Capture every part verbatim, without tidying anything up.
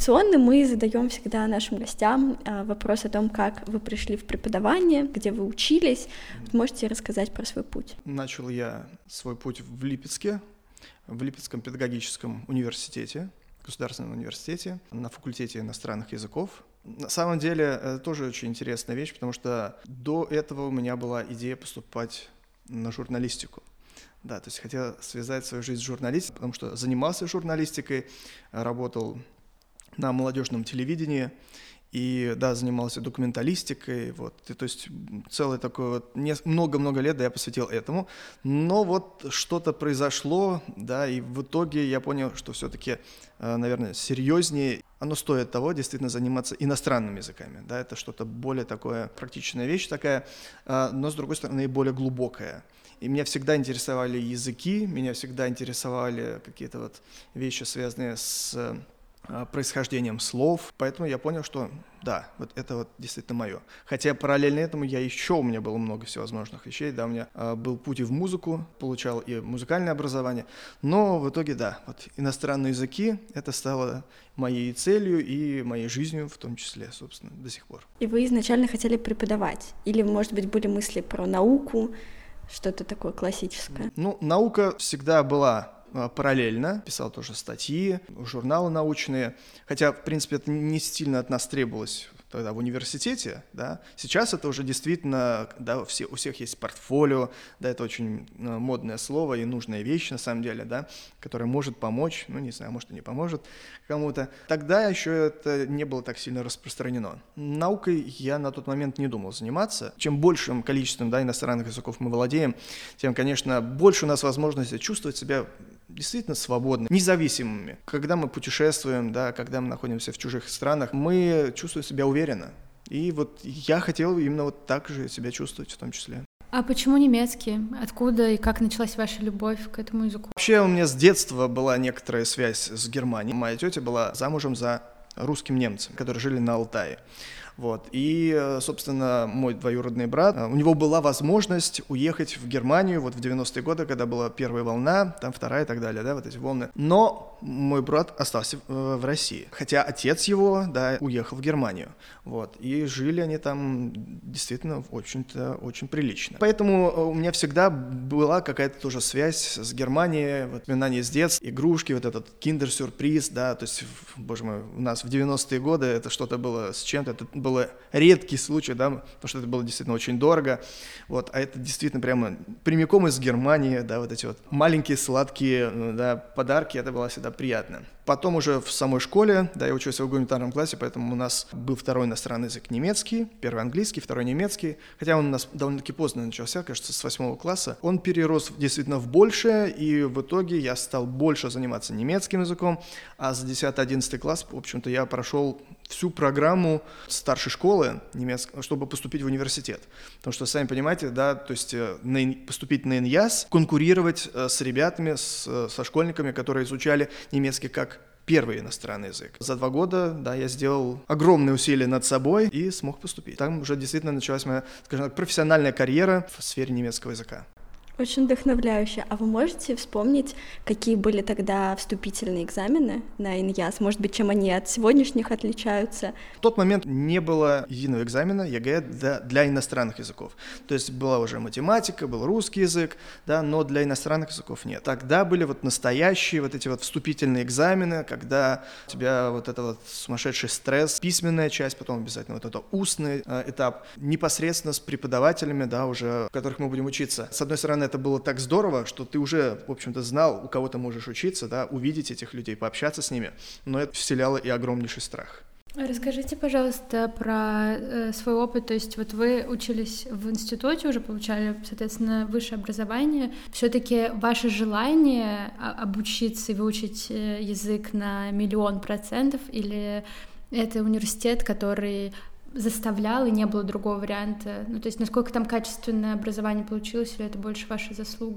Традиционно мы задаем всегда нашим гостям вопрос о том, как вы пришли в преподавание, где вы учились. Можете рассказать про свой путь? Начал я свой путь в Липецке, в Липецком педагогическом университете, государственном университете, на факультете иностранных языков. На самом деле, это тоже очень интересная вещь, потому что до этого у меня была идея поступать на журналистику. Да, то есть хотел связать свою жизнь с журналистикой, потому что занимался журналистикой, работал на молодежном телевидении и, да, занимался документалистикой, вот, и, то есть целый такой вот, много-много лет, да, я посвятил этому, но вот что-то произошло, да, и в итоге я понял, что все-таки, наверное, серьезнее оно стоит того, действительно, заниматься иностранными языками, да, это что-то более такое, практичная вещь такая, но, с другой стороны, и более глубокая. И меня всегда интересовали языки, меня всегда интересовали какие-то вот вещи, связанные с происхождением слов, поэтому я понял, что да, вот это вот действительно мое. Хотя параллельно этому я еще, у меня было много всевозможных вещей, да, у меня э, был путь и в музыку, получал и музыкальное образование, но в итоге, да, вот иностранные языки, это стало моей целью и моей жизнью в том числе, собственно, до сих пор. И вы изначально хотели преподавать? Или, может быть, были мысли про науку, что-то такое классическое? Ну, наука всегда была параллельно, писал тоже статьи, журналы научные, хотя, в принципе, это не сильно от нас требовалось тогда в университете, да. Сейчас это уже действительно, да, все, у всех есть портфолио, да, это очень модное слово и нужная вещь, на самом деле, да, которая может помочь, ну, не знаю, может, и не поможет кому-то. Тогда еще это не было так сильно распространено. Наукой я на тот момент не думал заниматься. Чем большим количеством, да, иностранных языков мы владеем, тем, конечно, больше у нас возможности чувствовать себя действительно свободны, независимыми. Когда мы путешествуем, да, когда мы находимся в чужих странах, мы чувствуем себя уверенно. И вот я хотел именно вот так же себя чувствовать в том числе. А почему немецкий? Откуда и как началась ваша любовь к этому языку? Вообще у меня с детства была некоторая связь с Германией. Моя тетя была замужем за русским немцем, которые жили на Алтае. Вот. И, собственно, мой двоюродный брат, у него была возможность уехать в Германию вот в девяностые годы, когда была первая волна, там вторая и так далее, да, вот эти волны. Но мой брат остался в России, хотя отец его, да, уехал в Германию, вот. И жили они там действительно, в общем-то, очень прилично. Поэтому у меня всегда была какая-то тоже связь с Германией, воспоминания с детства, игрушки, вот этот киндер-сюрприз, да, то есть, боже мой, у нас в девяностые годы это что-то было с чем-то, это был редкий случай, да, потому что это было действительно очень дорого, вот, а это действительно прямо прямиком из Германии, да, вот эти вот маленькие сладкие, да, подарки, это было всегда приятно. Потом уже в самой школе, да, я учился в гуманитарном классе, поэтому у нас был второй иностранный язык немецкий, первый английский, второй немецкий, хотя он у нас довольно-таки поздно начался, кажется, с восьмого класса. Он перерос действительно в большее, и в итоге я стал больше заниматься немецким языком, а за десятый-одиннадцатый класс, в общем-то, я прошел всю программу старшей школы немецкой, чтобы поступить в университет. Потому что, сами понимаете, да, то есть на, поступить на ИНЯС, конкурировать с ребятами, с, со школьниками, которые изучали немецкий как первый иностранный язык. За два года, да, я сделал огромные усилия над собой и смог поступить. Там уже действительно началась моя, скажем так, профессиональная карьера в сфере немецкого языка. Очень вдохновляюще. А вы можете вспомнить, какие были тогда вступительные экзамены на ИНЯС? Может быть, чем они от сегодняшних отличаются? В тот момент не было единого экзамена ЕГЭ для, для иностранных языков. То есть была уже математика, был русский язык, да, но для иностранных языков нет. Тогда были вот настоящие вот эти вот вступительные экзамены, когда у тебя вот это вот сумасшедший стресс, письменная часть, потом обязательно вот это устный э, этап, непосредственно с преподавателями, да, уже, у которых мы будем учиться. С одной стороны, это было так здорово, что ты уже, в общем-то, знал, у кого ты можешь учиться, да, увидеть этих людей, пообщаться с ними, но это вселяло и огромнейший страх. Расскажите, пожалуйста, про э, свой опыт. То есть вот вы учились в институте, уже получали, соответственно, высшее образование. Все-таки ваше желание обучиться и выучить язык на миллион процентов, или это университет, который заставлял, и не было другого варианта? Ну, то есть насколько там качественное образование получилось, или это больше ваша заслуга?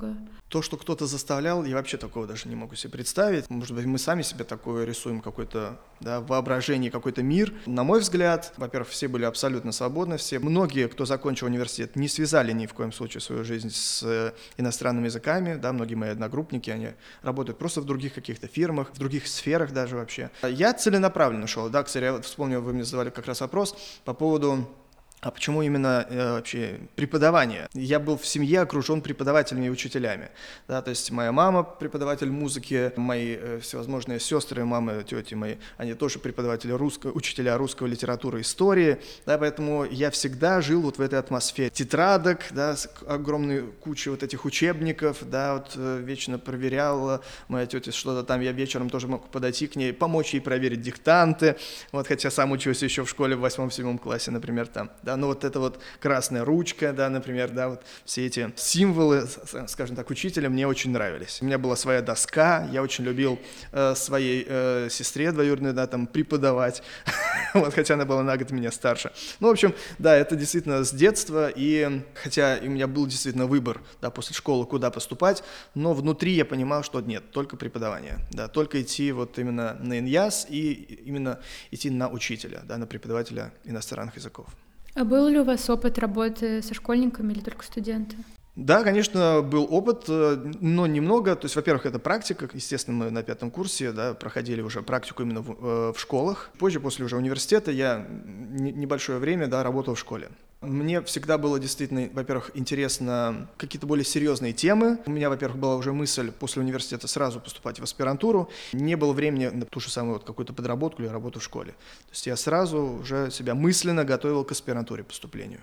То, что кто-то заставлял, я вообще такого даже не могу себе представить. Может быть, мы сами себе такое рисуем, какой-то, да, воображение, какой-то мир. На мой взгляд, во-первых, все были абсолютно свободны, все. Многие, кто закончил университет, не связали ни в коем случае свою жизнь с иностранными языками, да, многие мои одногруппники, они работают просто в других каких-то фирмах, в других сферах даже вообще. Я целенаправленно шел, да, кстати, я вот вспомнил, вы мне задавали как раз вопрос по поводу... А почему именно э, вообще преподавание? Я был в семье окружен преподавателями и учителями. Да, то есть моя мама преподаватель музыки, мои э, всевозможные сестры, мамы, тети мои, они тоже преподаватели русского, учителя русской литературы, истории. Да, поэтому я всегда жил вот в этой атмосфере тетрадок, да, с огромной кучей вот этих учебников, да, вот э, вечно проверял моя тетя что-то там, я вечером тоже мог подойти к ней, помочь ей проверить диктанты, вот, хотя сам учился еще в школе в восьмом-седьмом классе, например, там. Да, ну вот эта вот красная ручка, да, например, да, вот все эти символы, скажем так, учителя мне очень нравились. У меня была своя доска, я очень любил э, своей э, сестре двоюродной, да, там, преподавать, вот, хотя она была на год меня старше. Ну, в общем, да, это действительно с детства, и хотя у меня был действительно выбор, да, после школы, куда поступать, но внутри я понимал, что нет, только преподавание, да, только идти вот именно на ИНЯС и именно идти на учителя, да, на преподавателя иностранных языков. А был ли у вас опыт работы со школьниками или только студенты? Да, конечно, был опыт, но немного. То есть, во-первых, это практика. Естественно, мы на пятом курсе, да, проходили уже практику именно в, в школах. Позже, после уже университета, я небольшое время, да, работал в школе. Мне всегда было действительно, во-первых, интересно какие-то более серьезные темы. У меня, во-первых, была уже мысль после университета сразу поступать в аспирантуру. Не было времени на ту же самую вот какую-то подработку или работу в школе. То есть я сразу уже себя мысленно готовил к аспирантуре поступлению.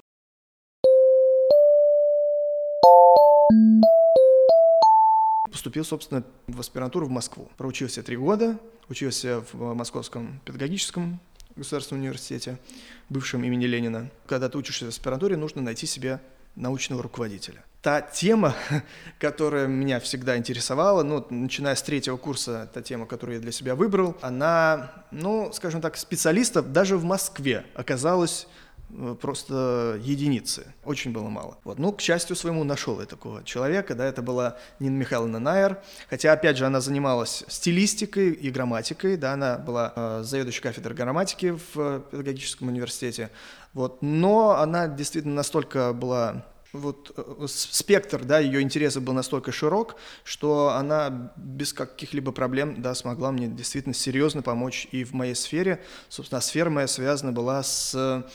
Поступил, собственно, в аспирантуру в Москву. Проучился три года, учился в Московском педагогическом государственном университете, бывшем имени Ленина. Когда ты учишься в аспирантуре, нужно найти себе научного руководителя. Та тема, которая меня всегда интересовала, ну, начиная с третьего курса, та тема, которую я для себя выбрал, она, ну, скажем так, специалистов даже в Москве оказалась просто единицы, очень было мало. Вот. Ну, к счастью своему, нашел я такого человека, да, это была Нина Михайловна Найер, хотя, опять же, она занималась стилистикой и грамматикой, да, она была э, заведующей кафедрой грамматики в педагогическом университете, вот, но она действительно настолько была... Вот спектр, да, ее интереса был настолько широк, что она без каких-либо проблем, да, смогла мне действительно серьезно помочь и в моей сфере. Собственно, сфера моя связана была с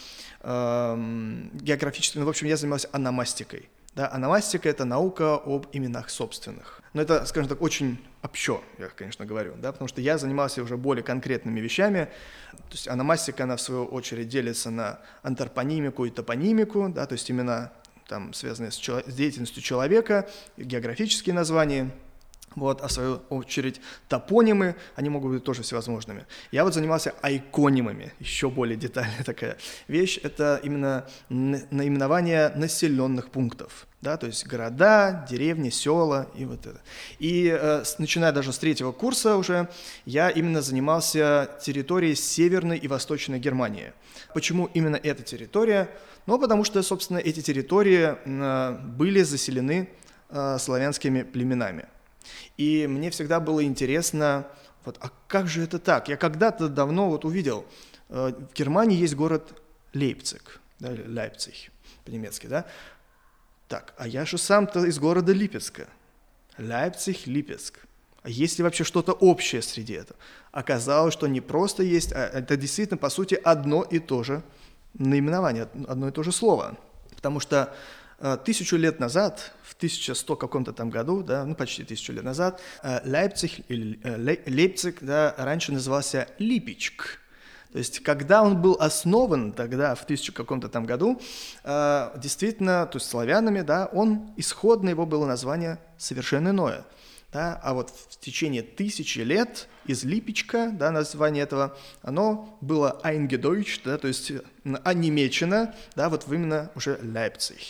э, географической, ну, в общем, я занимался ономастикой. Да, ономастика — это наука об именах собственных. Но это, скажем так, очень общо, я, конечно, говорю, да, потому что я занимался уже более конкретными вещами. То есть ономастика, она в свою очередь делится на антропонимику и топонимику, да, то есть имена, там, связанные с, чело- с деятельностью человека, географические названия, вот, а в свою очередь топонимы, они могут быть тоже всевозможными. Я вот занимался айконимами, еще более детальная такая вещь, это именно наименование населенных пунктов, да, то есть города, деревни, села и вот это. И э, с, начиная даже с третьего курса уже, я именно занимался территорией Северной и Восточной Германии. Почему именно эта территория? Ну, потому что, собственно, эти территории э, были заселены э, славянскими племенами. И мне всегда было интересно, вот, а как же это так? Я когда-то давно вот увидел, э, в Германии есть город Лейпциг, да, Лейпциг по-немецки, да? Так, а я же сам-то из города Липецка. Лейпциг, Липецк. А есть ли вообще что-то общее среди этого? Оказалось, что не просто есть, а это действительно, по сути, одно и то же наименование, одно и то же слово. Потому что э, тысячу лет назад, в тысяча сто каком-то там году, да, ну почти тысячу лет назад, э, Лейпциг, или э, Лейпциг, да, раньше назывался Липичк. То есть, когда он был основан тогда, в тысячу каком-то там году, э, действительно, то есть славянами, да, он, исходно его было название совершенно иное. Да, а вот в течение тысячи лет из Липичка, да, название этого, оно было eingedeutscht, да, то есть онемечено, да, вот именно уже Лейпциг.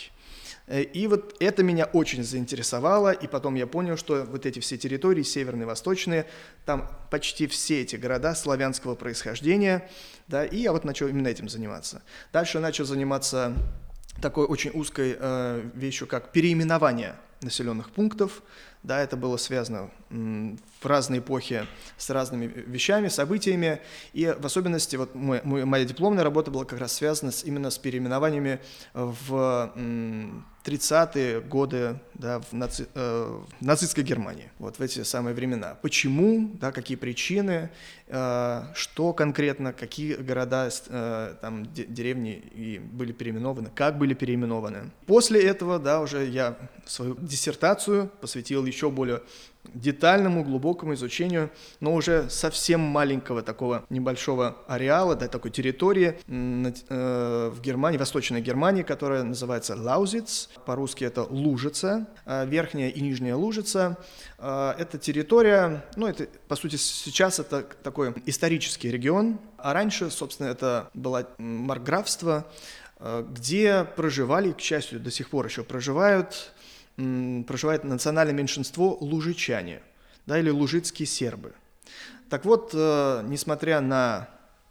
И вот это меня очень заинтересовало, и потом я понял, что вот эти все территории, северные, восточные, там почти все эти города славянского происхождения, да, и я вот начал именно этим заниматься. Дальше начал заниматься такой очень узкой э, вещью, как переименование населенных пунктов. Да, это было связано в разные эпохи с разными вещами, событиями. И в особенности вот мой, мой, моя дипломная работа была как раз связана с, именно с переименованиями в тридцатые годы, да, в, наци, э, в нацистской Германии, вот в эти самые времена. Почему, да, какие причины, э, что конкретно, какие города, э, там, де, деревни и были переименованы, как были переименованы. После этого, да, уже я свою диссертацию посвятил еще более детальному, глубокому изучению, но уже совсем маленького такого небольшого ареала, да, такой территории э, в Германии, Восточной Германии, которая называется Лаузиц, по-русски это Лужица, э, Верхняя и Нижняя Лужица. Э, это территория, ну, это, по сути, сейчас это такой исторический регион, а раньше, собственно, это было маркграфство, э, где проживали, к счастью, до сих пор еще проживают, проживает национальное меньшинство лужичане, да, или лужицкие сербы. Так вот, э, несмотря на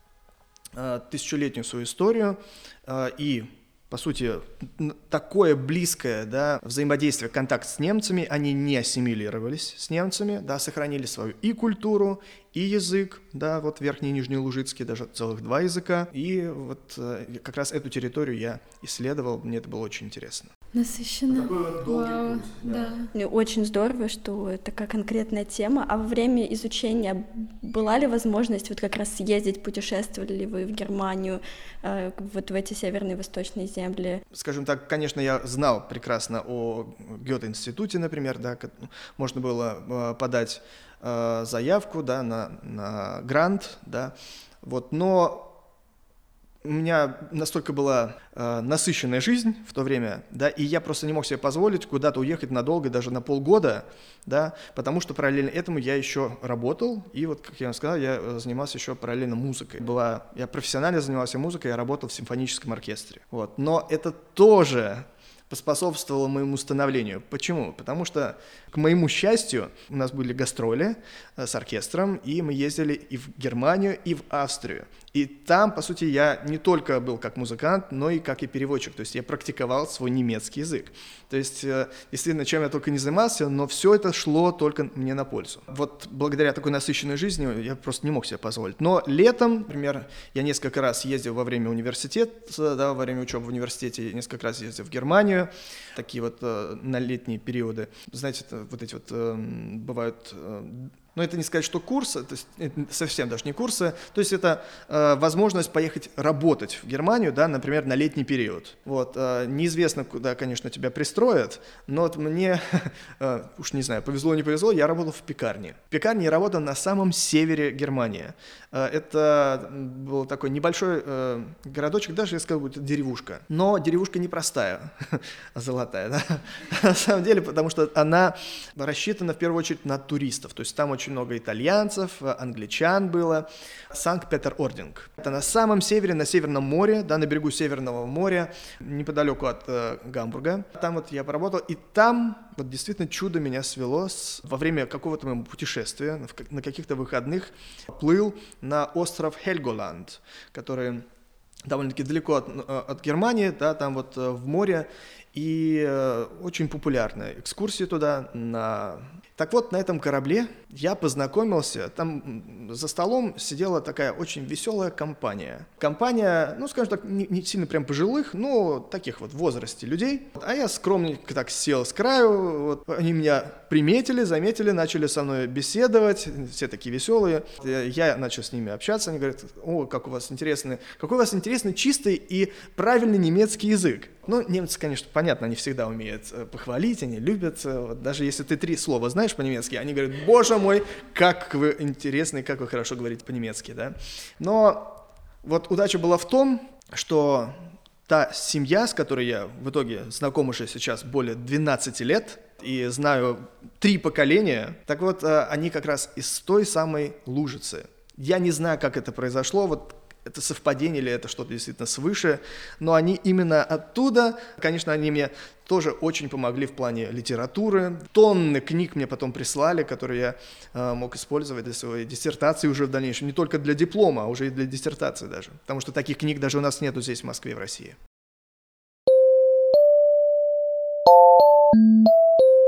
э, тысячелетнюю свою историю э, и, по сути, такое близкое, да, взаимодействие, контакт с немцами, они не ассимилировались с немцами, да, сохранили свою и культуру, и язык, да, вот верхний и нижний лужицкий, даже целых два языка. И вот э, как раз эту территорию я исследовал, мне это было очень интересно. Насыщенно. Такой вот долгий Вау, путь, да. Мне очень здорово, что такая конкретная тема. А во время изучения была ли возможность вот как раз съездить, путешествовали ли вы в Германию, э, вот в эти северные и восточные земли? Скажем так, конечно, я знал прекрасно о Гёте-институте, например, да, можно было э, подать э, заявку, да, на, на грант, да, вот, но у меня настолько была э, насыщенная жизнь в то время, да, и я просто не мог себе позволить куда-то уехать надолго, даже на полгода, да, потому что параллельно этому я еще работал, и вот, как я вам сказал, я занимался еще параллельно музыкой. Была, я профессионально занимался музыкой, я работал в симфоническом оркестре, вот, но это тоже поспособствовало моему становлению. Почему? Потому что, к моему счастью, у нас были гастроли с оркестром, и мы ездили и в Германию, и в Австрию. И там, по сути, я не только был как музыкант, но и как и переводчик. То есть я практиковал свой немецкий язык. То есть, действительно, чем я только не занимался, но все это шло только мне на пользу. Вот благодаря такой насыщенной жизни я просто не мог себе позволить. Но летом, например, я несколько раз ездил во время университета, да, во время учебы в университете, несколько раз ездил в Германию, такие вот э, на летние периоды. Знаете, это, вот эти вот э, бывают... Э, Но это не сказать, что курсы, то есть это совсем даже не курсы, то есть это э, возможность поехать работать в Германию, да, например, на летний период. Вот, э, неизвестно, куда, конечно, тебя пристроят, но вот мне, э, уж не знаю, повезло, не повезло, я работал в пекарне. В пекарне я работал на самом севере Германии. Э, это был такой небольшой э, городочек, даже, я сказал, это деревушка. Но деревушка не простая, а золотая, да, на самом деле, потому что она рассчитана в первую очередь на туристов, то есть там очень много итальянцев, англичан было. Санкт-Петер-Ординг. Это на самом севере, на Северном море, да, на берегу Северного моря, неподалеку от э, Гамбурга. Там вот я поработал, и там вот действительно чудо меня свело с, во время какого-то моего путешествия, на каких-то выходных плыл на остров Хельголанд, который довольно-таки далеко от, от Германии, да, там вот в море, и э, очень популярная экскурсия туда на... Так вот, на этом корабле я познакомился, там за столом сидела такая очень веселая компания. Компания, ну, скажем так, не, не сильно прям пожилых, но таких вот в возрасте людей. А я скромненько так сел с краю, вот, они меня приметили, заметили, начали со мной беседовать, все такие веселые. Я начал с ними общаться, они говорят: о, как у вас интересный, какой у вас интересный, чистый и правильный немецкий язык. Ну, немцы, конечно, понятно, они всегда умеют похвалить, они любят, вот, даже если ты три слова знаешь по-немецки, они говорят: боже мой, как вы интересны, как вы хорошо говорите по-немецки, да. Но вот удача была в том, что та семья, с которой я в итоге знаком уже сейчас более двенадцати лет, и знаю три поколения, так вот, они как раз из той самой Лужицы. Я не знаю, как это произошло, вот это совпадение или это что-то действительно свыше, но они именно оттуда. Конечно, они мне тоже очень помогли в плане литературы. Тонны книг мне потом прислали, которые я э, мог использовать для своей диссертации уже в дальнейшем. Не только для диплома, а уже и для диссертации даже. Потому что таких книг даже у нас нету здесь, в Москве, в России.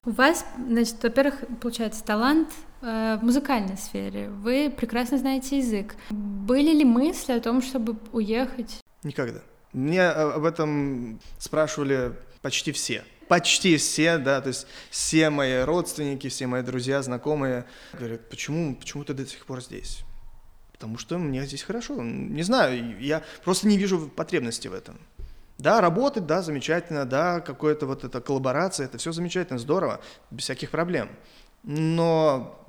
У вас, значит, во-первых, получается талант э, в музыкальной сфере. Вы прекрасно знаете язык. Были ли мысли о том, чтобы уехать? Никогда. Меня об этом спрашивали почти все. Почти все, да, то есть все мои родственники, все мои друзья, знакомые говорят, почему, почему ты до сих пор здесь? Потому что мне здесь хорошо. Не знаю, я просто не вижу потребности в этом. Да, работать, да, замечательно, да, какая-то вот эта коллаборация, это все замечательно, здорово, без всяких проблем. Но,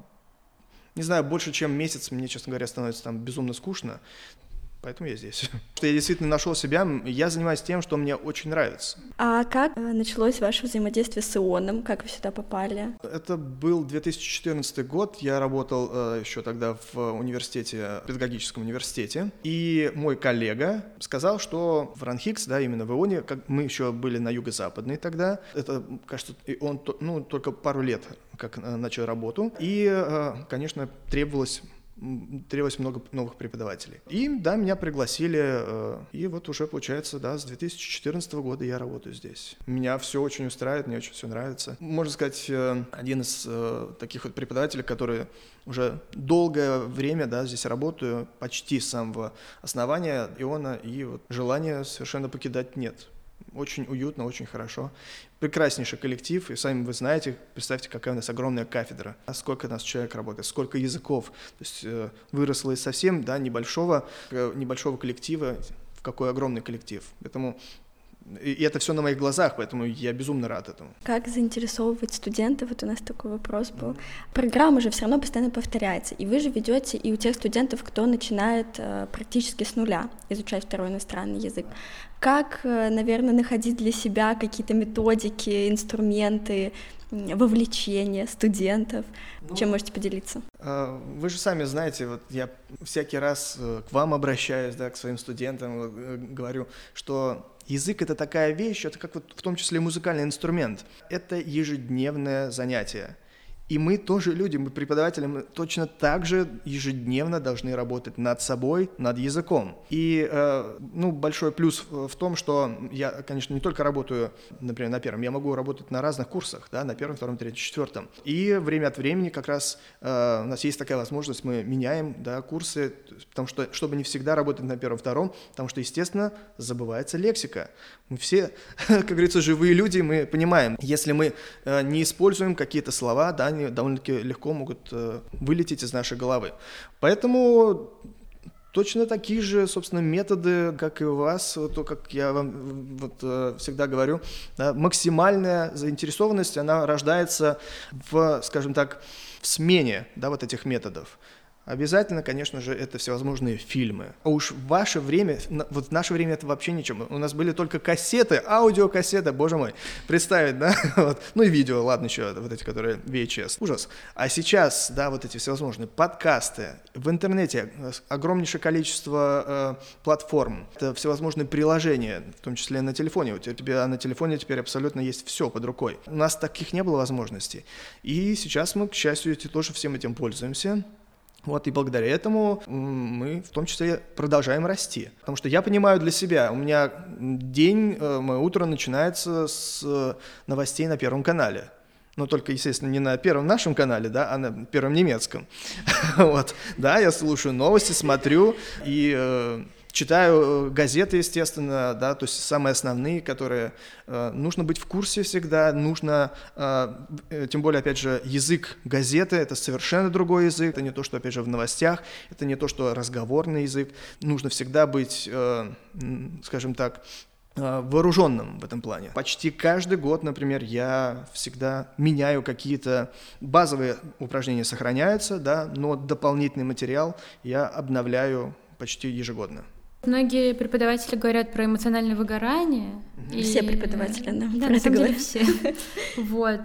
не знаю, больше чем месяц мне, честно говоря, становится там безумно скучно. Поэтому я здесь. Что я действительно нашел себя, я занимаюсь тем, что мне очень нравится. А как началось ваше взаимодействие с ИОНом? Как вы сюда попали? Это был две тысячи четырнадцатый год. Я работал э, еще тогда в университете, педагогическом университете. И мой коллега сказал, что в РАНХИКС, да, именно в ИОНе, как мы еще были на юго-западной тогда, это, кажется, он ну, только пару лет как начал работу. И, э, конечно, требовалось требовалось много новых преподавателей. И, да, меня пригласили, и вот уже, получается, да, с две тысячи четырнадцатого года я работаю здесь. Меня все очень устраивает, мне очень все нравится. Можно сказать, один из таких вот преподавателей, которые уже долгое время, да, здесь работаю, почти с самого основания ИОНа, и вот желания совершенно покидать нет. Очень уютно, очень хорошо. Прекраснейший коллектив, и сами вы знаете, представьте, какая у нас огромная кафедра, а сколько у нас человек работает, сколько языков. То есть э, выросло из совсем, да, небольшого, э, небольшого коллектива в какой огромный коллектив. Поэтому и это все на моих глазах, поэтому я безумно рад этому. Как заинтересовывать студентов? Вот у нас такой вопрос был. Программа же все равно постоянно повторяется, и вы же ведете и у тех студентов, кто начинает э, практически с нуля изучать второй иностранный язык. Как, э, наверное, находить для себя какие-то методики, инструменты, вовлечение студентов? Ну, чем можете поделиться? Вы же сами знаете, вот я всякий раз к вам обращаюсь, да, к своим студентам, говорю, что язык — это такая вещь, это как вот в том числе музыкальный инструмент. Это ежедневное занятие. И мы тоже люди, мы преподаватели, мы точно так же ежедневно должны работать над собой, над языком. И э, ну, большой плюс в том, что я, конечно, не только работаю, например, на первом, я могу работать на разных курсах, да, на первом, втором, третьем, четвертом. И время от времени как раз э, у нас есть такая возможность, мы меняем, да, курсы, потому что, чтобы не всегда работать на первом, втором, потому что, естественно, забывается лексика. Мы все, как говорится, живые люди, мы понимаем, если мы э, не используем какие-то слова, да, они довольно-таки легко могут э, вылететь из нашей головы. Поэтому точно такие же, собственно, методы, как и у вас, то, как я вам вот, э, всегда говорю, да, максимальная заинтересованность, она рождается в, скажем так, в смене, да, вот этих методов. Обязательно, конечно же, это всевозможные фильмы. А уж в ваше время, вот в наше время это вообще ничего. У нас были только кассеты, аудиокассеты, боже мой, представить, да? Вот. Ну и видео, ладно, еще вот эти, которые ви эйч эс. Ужас. А сейчас, да, вот эти всевозможные подкасты, в интернете огромнейшее количество э, платформ, это всевозможные приложения, в том числе на телефоне. У тебя на телефоне теперь абсолютно есть все под рукой. У нас таких не было возможностей. И сейчас мы, к счастью, тоже всем этим пользуемся. Вот, и благодаря этому мы в том числе продолжаем расти. Потому что я понимаю для себя, у меня день, мое утро начинается с новостей на Первом канале. Но только, естественно, не на Первом нашем канале, да, а на Первом немецком. Вот, да, я слушаю новости, смотрю и э, читаю газеты, естественно, да, то есть самые основные, которые э, нужно быть в курсе всегда, нужно, э, тем более, опять же, язык газеты — это совершенно другой язык, это не то, что, опять же, в новостях, это не то, что разговорный язык, нужно всегда быть, э, скажем так, вооруженным в этом плане. Почти каждый год, например, я всегда меняю какие-то базовые упражнения, сохраняются, да, но дополнительный материал я обновляю почти ежегодно. Многие преподаватели говорят про эмоциональное выгорание. И... Все преподаватели, да, да, на самом деле все. Вот.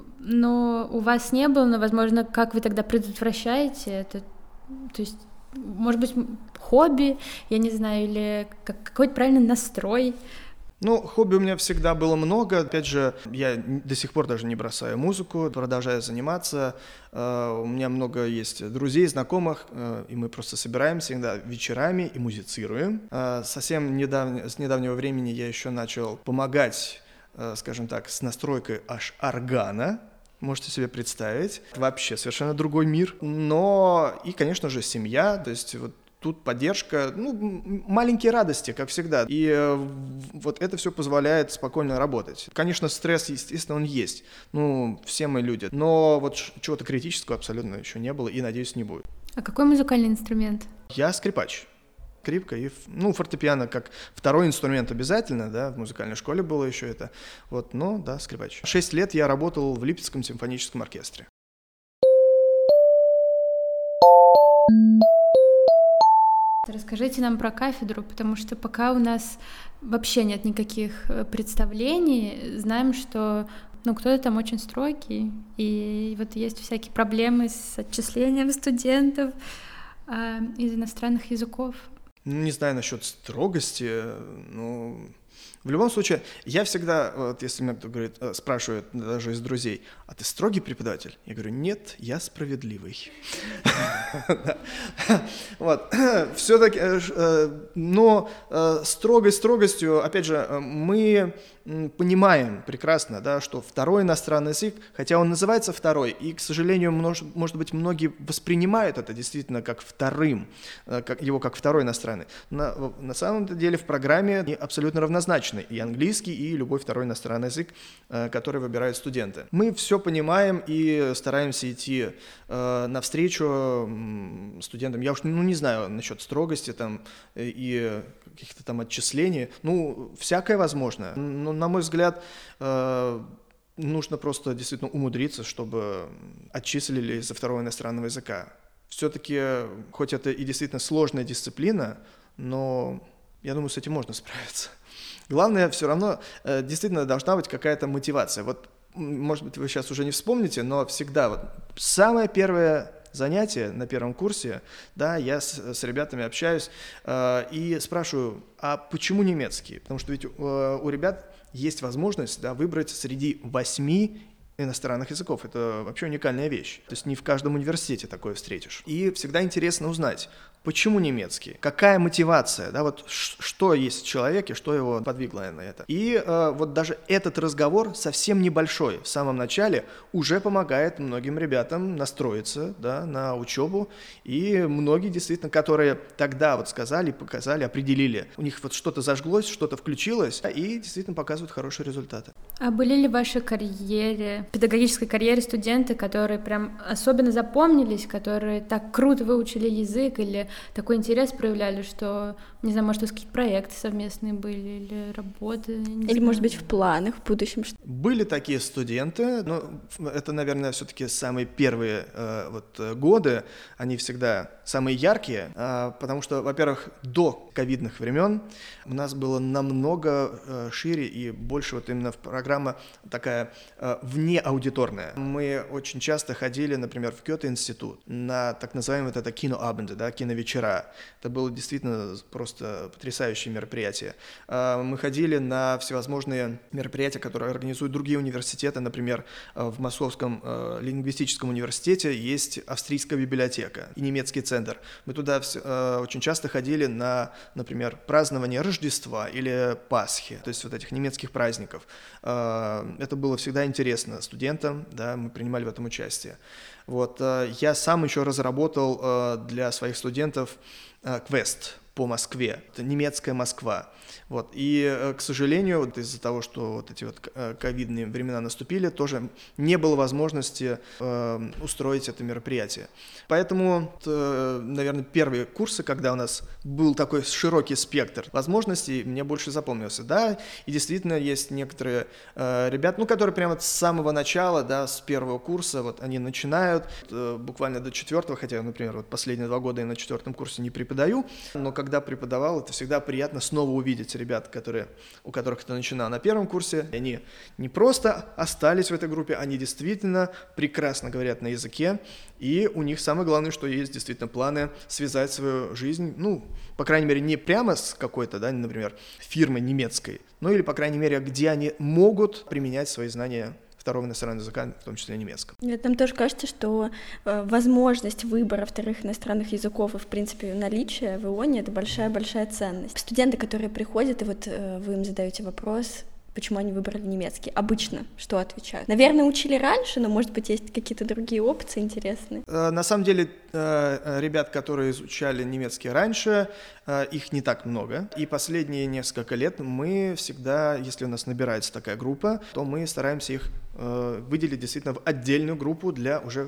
Но у вас не было, но, возможно, как вы тогда предотвращаете это? То есть, может быть, хобби, я не знаю, или какой-то правильный настрой? Ну, хобби у меня всегда было много. Опять же, я до сих пор даже не бросаю музыку, продолжаю заниматься. У меня много есть друзей, знакомых, и мы просто собираемся иногда вечерами и музицируем. Совсем недавно, с недавнего времени я еще начал помогать, скажем так, с настройкой аж органа. можете себе представить. Вообще совершенно другой мир. Но и, конечно же, семья, то есть вот тут поддержка, ну, маленькие радости, как всегда. И э, вот это все позволяет спокойно работать. Конечно, стресс, естественно, он есть. Ну, все мы люди. Но вот чего-то критического абсолютно еще не было и, надеюсь, не будет. А какой музыкальный инструмент? Я скрипач. Скрипка и, ну, фортепиано как второй инструмент обязательно, да, в музыкальной школе было еще это. Вот, но, да, скрипач. Шесть лет я работал в Липецком симфоническом оркестре. Расскажите нам про кафедру, потому что пока у нас вообще нет никаких представлений, знаем, что ну, кто-то там очень строгий, и вот есть всякие проблемы с отчислением студентов э, из иностранных языков. Ну, не знаю насчет строгости, но в любом случае, я всегда, вот если меня кто говорит, спрашивает даже из друзей, а ты строгий преподаватель? Я говорю, нет, я справедливый. Вот, все-таки, но строгость строгостью, опять же, мы понимаем прекрасно, да, что второй иностранный язык, хотя он называется второй, и, к сожалению, может, может быть, многие воспринимают это действительно как вторым, как, его как второй иностранный. На, на самом деле в программе они абсолютно равнозначны, и английский, и любой второй иностранный язык, который выбирают студенты. Мы все понимаем и стараемся идти э, навстречу студентам. Я уж ну, не знаю насчет строгости там, и каких-то там отчислений, ну, всякое возможно. Но, на мой взгляд, э, нужно просто действительно умудриться, чтобы отчислили из-за второго иностранного языка. Все-таки, хоть это и действительно сложная дисциплина, но я думаю, с этим можно справиться. Главное, все равно э, действительно должна быть какая-то мотивация. Вот, может быть, вы сейчас уже не вспомните, но всегда вот самое первое занятие на первом курсе, да, я с, с ребятами общаюсь э, и спрашиваю, а почему немецкий? Потому что ведь э, у ребят есть возможность, да, выбрать среди восьми иностранных языков. Это вообще уникальная вещь. То есть не в каждом университете такое встретишь. И всегда интересно узнать, почему немецкий? Какая мотивация? Да, вот ш- что есть в человеке, что его подвигло на это? И э, вот даже этот разговор совсем небольшой в самом начале уже помогает многим ребятам настроиться, да, на учебу. И многие действительно, которые тогда вот сказали, показали, определили, у них вот что-то зажглось, что-то включилось, и действительно показывают хорошие результаты. А были ли в вашей карьере, педагогической карьере студенты, которые прям особенно запомнились, которые так круто выучили язык или такой интерес проявляли, что, не знаю, может, у вас какие-то проекты совместные были или работы? Или, знаю. может быть, в планах в будущем? Были такие студенты, но это, наверное, все-таки самые первые э, вот, годы, они всегда самые яркие, э, потому что, во-первых, до ковидных времен у нас было намного э, шире и больше вот именно программа такая э, внеаудиторная. Мы очень часто ходили, например, в Гёте-институт на так называемые вот это киноабенды, да, киновечера. Это было действительно просто потрясающее мероприятие. Э, мы ходили на всевозможные мероприятия, которые организуют другие университеты. Например, в Московском э, лингвистическом университете есть австрийская библиотека и немецкий центр. Мы туда э, очень часто ходили на, например, празднование Рождества или Пасхи, то есть вот этих немецких праздников. Э, это было всегда интересно студентам, да, мы принимали в этом участие. Вот, э, я сам еще разработал э, для своих студентов э, квест по Москве. Это немецкая Москва. Вот. И, к сожалению, вот из-за того, что вот эти вот ковидные времена наступили, тоже не было возможности э, устроить это мероприятие. Поэтому, э, наверное, первые курсы, когда у нас был такой широкий спектр возможностей, мне больше запомнился. Да, и действительно есть некоторые э, ребята, ну, которые прямо с самого начала, да, с первого курса, вот они начинают э, буквально до четвертого, хотя, например, вот последние два года я на четвертом курсе не преподаю, но когда преподавал, это всегда приятно снова увидеть ребят, которые, у которых это начинал на первом курсе. И они не просто остались в этой группе, они действительно прекрасно говорят на языке, и у них самое главное, что есть действительно планы связать свою жизнь, ну, по крайней мере, не прямо с какой-то, да, например, фирмой немецкой, ну или, по крайней мере, где они могут применять свои знания второго иностранного языка, в том числе немецкого. Нет, нам тоже кажется, что э, возможность выбора вторых иностранных языков и, в принципе, наличие в ИОНе — это большая-большая ценность. Студенты, которые приходят, и вот э, вы им задаете вопрос, почему они выбрали немецкий? Обычно что отвечают? Наверное, учили раньше, но, может быть, есть какие-то другие опции интересные. На самом деле, ребят, которые изучали немецкий раньше, их не так много. И последние несколько лет мы всегда, если у нас набирается такая группа, то мы стараемся их выделить действительно в отдельную группу для уже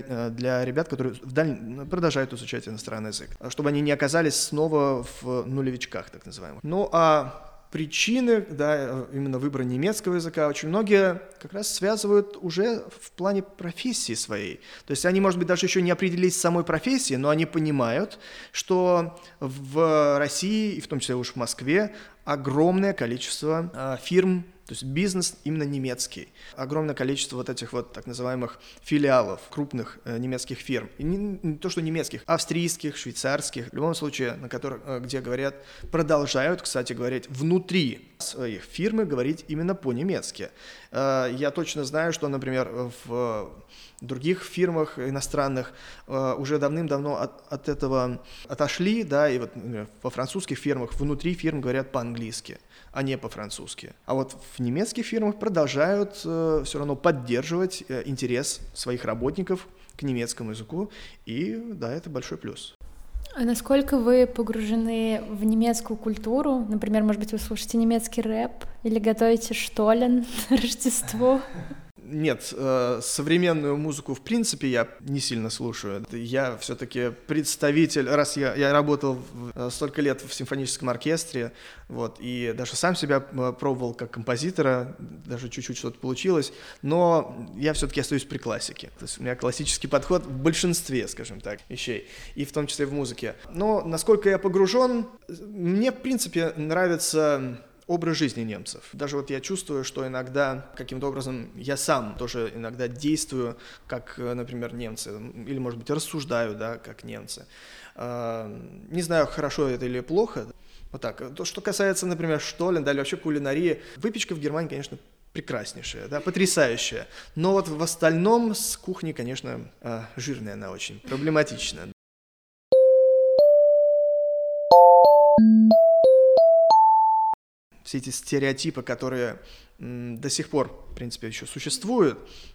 для ребят, которые вдаль... продолжают изучать иностранный язык, чтобы они не оказались снова в нулевичках, так называемых. Ну а причины, да, именно выбора немецкого языка очень многие как раз связывают уже в плане профессии своей. То есть они, может быть, даже еще не определились с самой профессией, но они понимают, что в России, и в том числе уж в Москве, огромное количество э, фирм, то есть бизнес именно немецкий. Огромное количество вот этих вот так называемых филиалов крупных э, немецких фирм. И не, не то, что немецких, австрийских, швейцарских, в любом случае, на которых, э, где говорят, продолжают, кстати, говорить внутри своих фирмы, говорить именно по-немецки. Э, я точно знаю, что, например, в других фирмах иностранных э, уже давным-давно от, от этого отошли, да, и вот, например, во французских фирмах внутри фирм говорят по-английски, а не по-французски. А вот в немецких фирмах продолжают э, все равно поддерживать э, интерес своих работников к немецкому языку, и да, это большой плюс. А насколько вы погружены в немецкую культуру? Например, может быть, вы слушаете немецкий рэп или готовите штолен на Рождество? Нет, э, современную музыку, в принципе, я не сильно слушаю. Я все-таки представитель, раз я, я работал в, столько лет в симфоническом оркестре, вот, и даже сам себя пробовал как композитора, даже чуть-чуть что-то получилось, но я все-таки остаюсь при классике. То есть у меня классический подход в большинстве, скажем так, вещей, и в том числе в музыке. Но насколько я погружен, мне, в принципе, нравится образ жизни немцев. Даже вот я чувствую, что иногда каким-то образом я сам тоже иногда действую, как, например, немцы, или, может быть, рассуждаю, да, как немцы. Не знаю, хорошо это или плохо. Вот так. То, что касается, например, штолен, да, или вообще кулинарии, выпечка в Германии, конечно, прекраснейшая, да, потрясающая. Но вот в остальном с кухней, конечно, жирная она очень, проблематичная. Все эти стереотипы, которые м, до сих пор, в принципе, еще существуют,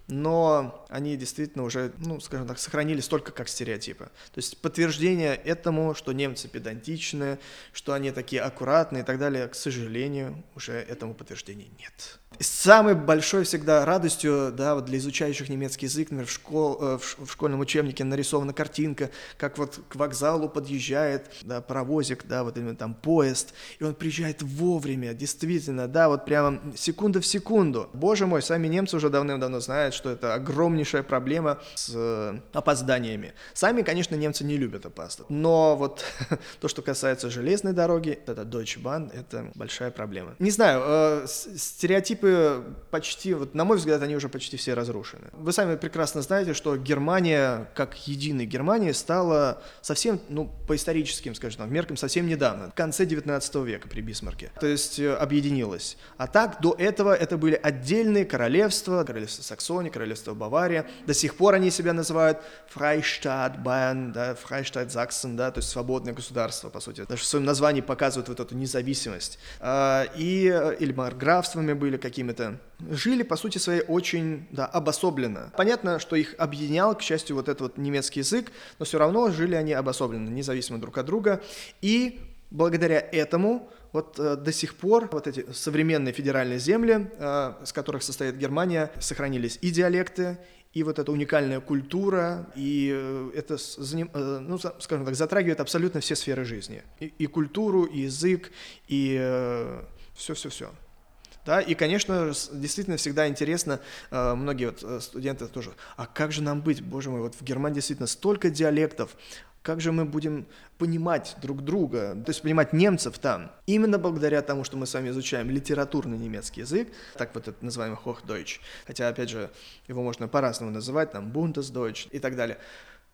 но они действительно уже, ну, скажем так, сохранились только как стереотипы. То есть подтверждение этому, что немцы педантичны, что они такие аккуратные и так далее, к сожалению, уже этому подтверждения нет. И самой большой всегда радостью, да, вот для изучающих немецкий язык, например, в, школ, э, в школьном учебнике нарисована картинка, как вот к вокзалу подъезжает, да, паровозик, да, вот именно там поезд, и он приезжает вовремя, действительно, да, вот прямо секунда в секунду. Боже мой, сами немцы уже давным-давно знают, что это огромнейшая проблема с э, опозданиями. Сами, конечно, немцы не любят опаздывать, но вот то, что касается железной дороги, это Deutsche Bahn, это большая проблема. Не знаю, э, стереотипы почти, вот, на мой взгляд, они уже почти все разрушены. Вы сами прекрасно знаете, что Германия, как единая Германия, стала совсем, ну, по историческим, скажем так, меркам совсем недавно, в конце девятнадцатого века при Бисмарке, то есть э, объединилась. А так, до этого это были отдельные королевства, королевство Саксонии, королевство Бавария, до сих пор они себя называют Freistaat Bayern, да, Freistaat Sachsen, да, то есть свободное государство, по сути. Даже в своем названии показывают вот эту независимость. А, и, или марграфствами были какими-то. Жили, по сути своей, очень, да, обособленно. Понятно, что их объединял, к счастью, вот этот вот немецкий язык, но все равно жили они обособленно, независимо друг от друга. И благодаря этому вот э, до сих пор вот эти современные федеральные земли, э, с которых состоит Германия, сохранились и диалекты, и вот эта уникальная культура, и э, это, э, ну, скажем так, затрагивает абсолютно все сферы жизни. И, и культуру, и язык, и э, все-все-все. Да, и, конечно, действительно всегда интересно, э, многие вот студенты тоже, а как же нам быть, боже мой, вот в Германии действительно столько диалектов, как же мы будем понимать друг друга, то есть понимать немцев там, именно благодаря тому, что мы с вами изучаем литературный немецкий язык, так вот это называемый Hochdeutsch, хотя, опять же, его можно по-разному называть, там, Bundesdeutsch и так далее,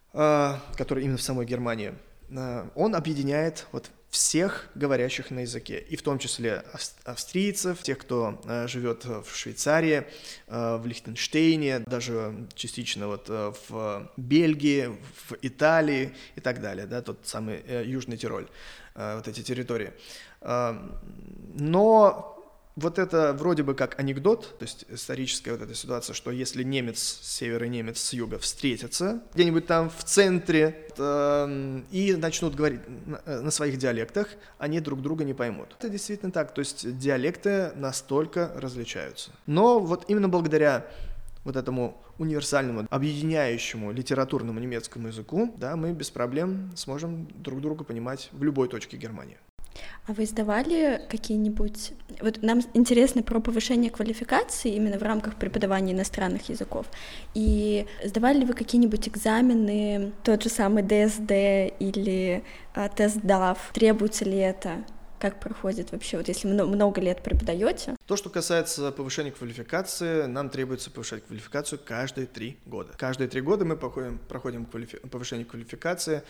э, который именно в самой Германии, э, он объединяет вот всех говорящих на языке, и в том числе австрийцев, тех, кто э, живет в Швейцарии, э, в Лихтенштейне, даже частично вот э, в Бельгии, в Италии и так далее, да, тот самый э, Южный Тироль, э, вот эти территории. Э, но Вот это вроде бы как анекдот, то есть историческая вот эта ситуация, что если немец с севера и немец с юга встретятся где-нибудь там в центре э, и начнут говорить на, на своих диалектах, они друг друга не поймут. Это действительно так, то есть диалекты настолько различаются. Но вот именно благодаря вот этому универсальному, объединяющему литературному немецкому языку, да, мы без проблем сможем друг друга понимать в любой точке Германии. А вы сдавали какие-нибудь... Вот нам интересно про повышение квалификации именно в рамках преподавания иностранных языков. И сдавали ли вы какие-нибудь экзамены, тот же самый ди эс ди или а, тест дав? Требуется ли это? Как проходит вообще, вот если много лет преподаете? То, что касается повышения квалификации, нам требуется повышать квалификацию каждые три года. Каждые три года мы проходим, проходим квалифи... повышение квалификации.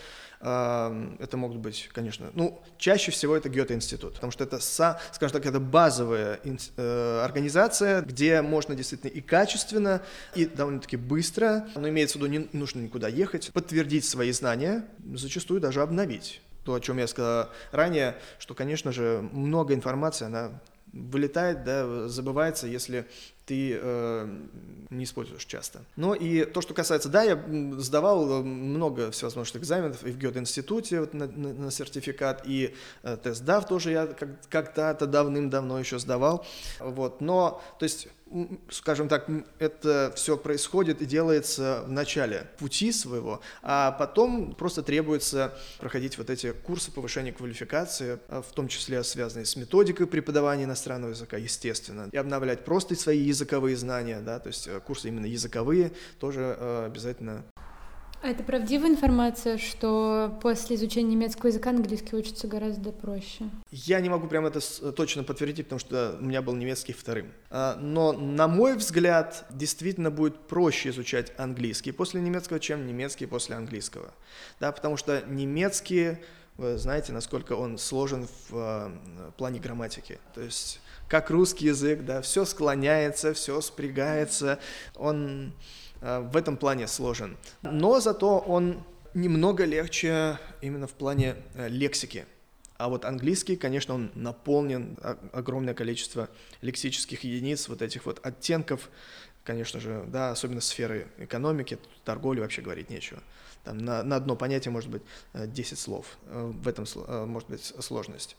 Это могут быть, конечно, ну, чаще всего это Гёте-институт, потому что это, скажем так, это базовая организация, где можно действительно и качественно, и довольно-таки быстро, но имеется в виду, не нужно никуда ехать, подтвердить свои знания, зачастую даже обновить. То, о чем я сказал ранее, что, конечно же, много информации, она вылетает, да, забывается, если ты э, не используешь часто. Но и то, что касается, да, я сдавал много всевозможных экзаменов и в Гёте-институте вот, на, на, на сертификат, и э, тест дав тоже я как, когда-то давным-давно еще сдавал. Вот. Но, то есть, скажем так, это все происходит и делается в начале пути своего, а потом просто требуется проходить вот эти курсы повышения квалификации, в том числе связанные с методикой преподавания иностранного языка, естественно, и обновлять просто свои языковые знания, да, то есть курсы именно языковые тоже э, обязательно. А это правдивая информация, что после изучения немецкого языка английский учится гораздо проще? Я не могу прям это точно подтвердить, потому что у меня был немецкий вторым. Но, на мой взгляд, действительно будет проще изучать английский после немецкого, чем немецкий после английского. Да, потому что немецкий, вы знаете, насколько он сложен в плане грамматики. То есть, как русский язык, да, все склоняется, все спрягается, он... в этом плане сложен. Но зато он немного легче именно в плане лексики. А вот английский, конечно, он наполнен огромное количество лексических единиц, вот этих вот оттенков, конечно же, да, особенно сферы экономики, торговли вообще говорить нечего. Там на, на одно понятие может быть десять слов. В этом может быть сложность.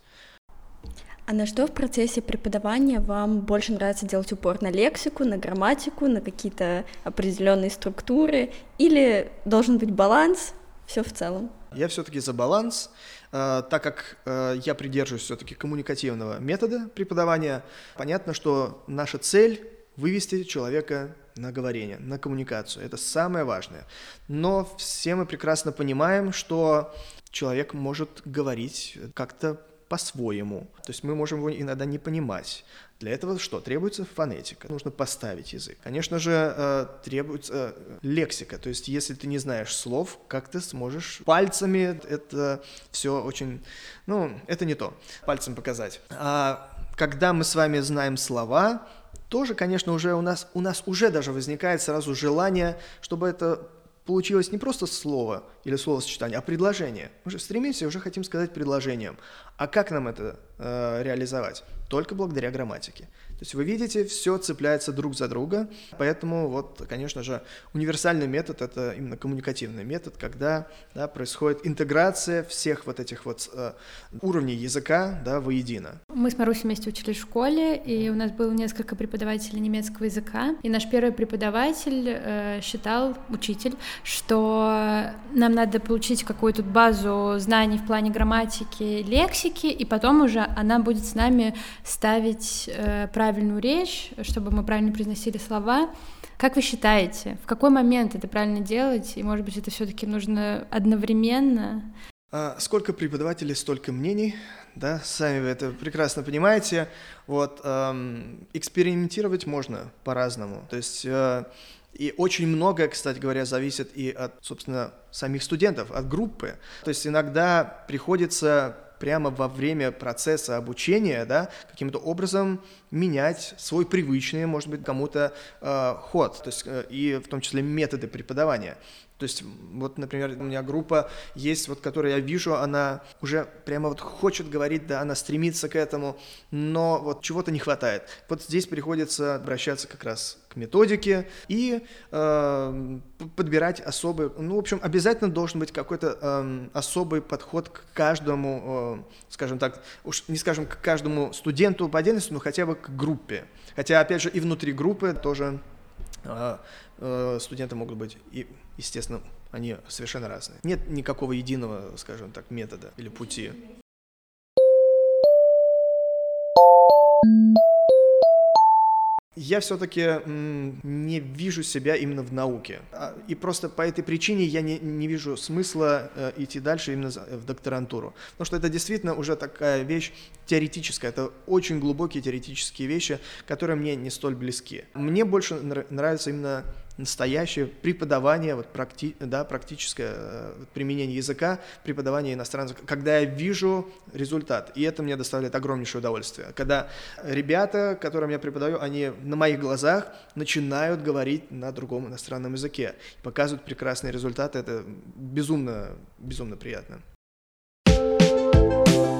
А на что в процессе преподавания вам больше нравится делать упор? На лексику, на грамматику, на какие-то определенные структуры? Или должен быть баланс, все в целом? Я все-таки за баланс, э, так как э, я придерживаюсь все-таки коммуникативного метода преподавания. Понятно, что наша цель — вывести человека на говорение, на коммуникацию. Это самое важное. Но все мы прекрасно понимаем, что человек может говорить как-то по-своему. То есть мы можем его иногда не понимать. Для этого что? Требуется фонетика. Нужно поставить язык. Конечно же, требуется лексика. То есть если ты не знаешь слов, как ты сможешь пальцами это все очень... Ну, это не то. Пальцем показать. А когда мы с вами знаем слова, тоже, конечно, уже у нас, у нас уже даже возникает сразу желание, чтобы это получилось не просто слово или словосочетание, а предложение. Мы же стремимся, уже хотим сказать предложением. А как нам это э, реализовать? Только благодаря грамматике. То есть вы видите, все цепляется друг за друга, поэтому вот, конечно же, универсальный метод — это именно коммуникативный метод, когда, да, происходит интеграция всех вот этих вот э, уровней языка, да, воедино. Мы с Марусей вместе учились в школе, и у нас было несколько преподавателей немецкого языка, и наш первый преподаватель э, считал, учитель, что нам надо получить какую-то базу знаний в плане грамматики, лексики, и потом уже она будет с нами ставить э, правильную речь, чтобы мы правильно произносили слова. Как вы считаете, в какой момент это правильно делать, и, может быть, это все-таки нужно одновременно? А, сколько преподавателей, столько мнений, да, сами вы это прекрасно понимаете. Вот, эм, экспериментировать можно по-разному, то есть... Э, И очень многое, кстати говоря, зависит и от, собственно, самих студентов, от группы. То есть иногда приходится прямо во время процесса обучения, да, каким-то образом менять свой привычный, может быть, кому-то э, ход, то есть, э, и в том числе методы преподавания. То есть, вот, например, у меня группа есть, вот, которую я вижу, она уже прямо вот хочет говорить, да, она стремится к этому, но вот чего-то не хватает. Вот здесь приходится обращаться как раз к методике и э, подбирать особый, ну, в общем, обязательно должен быть какой-то э, особый подход к каждому, э, скажем так, уж не скажем к каждому студенту по отдельности, но хотя бы к группе. Хотя, опять же, и внутри группы тоже э, э, студенты могут быть и, естественно, они совершенно разные. Нет никакого единого, скажем так, метода или пути. Я все-таки м, не вижу себя именно в науке. И просто по этой причине я не, не вижу смысла э, идти дальше именно в докторантуру. Потому что это действительно уже такая вещь теоретическая. Это очень глубокие теоретические вещи, которые мне не столь близки. Мне больше нравится именно настоящее преподавание, вот, практи, да, практическое э, применение языка, преподавание иностранцев, когда я вижу результат, и это мне доставляет огромнейшее удовольствие. Когда ребята, которым я преподаю, они на моих глазах начинают говорить на другом иностранном языке, показывают прекрасные результаты, это безумно, безумно приятно.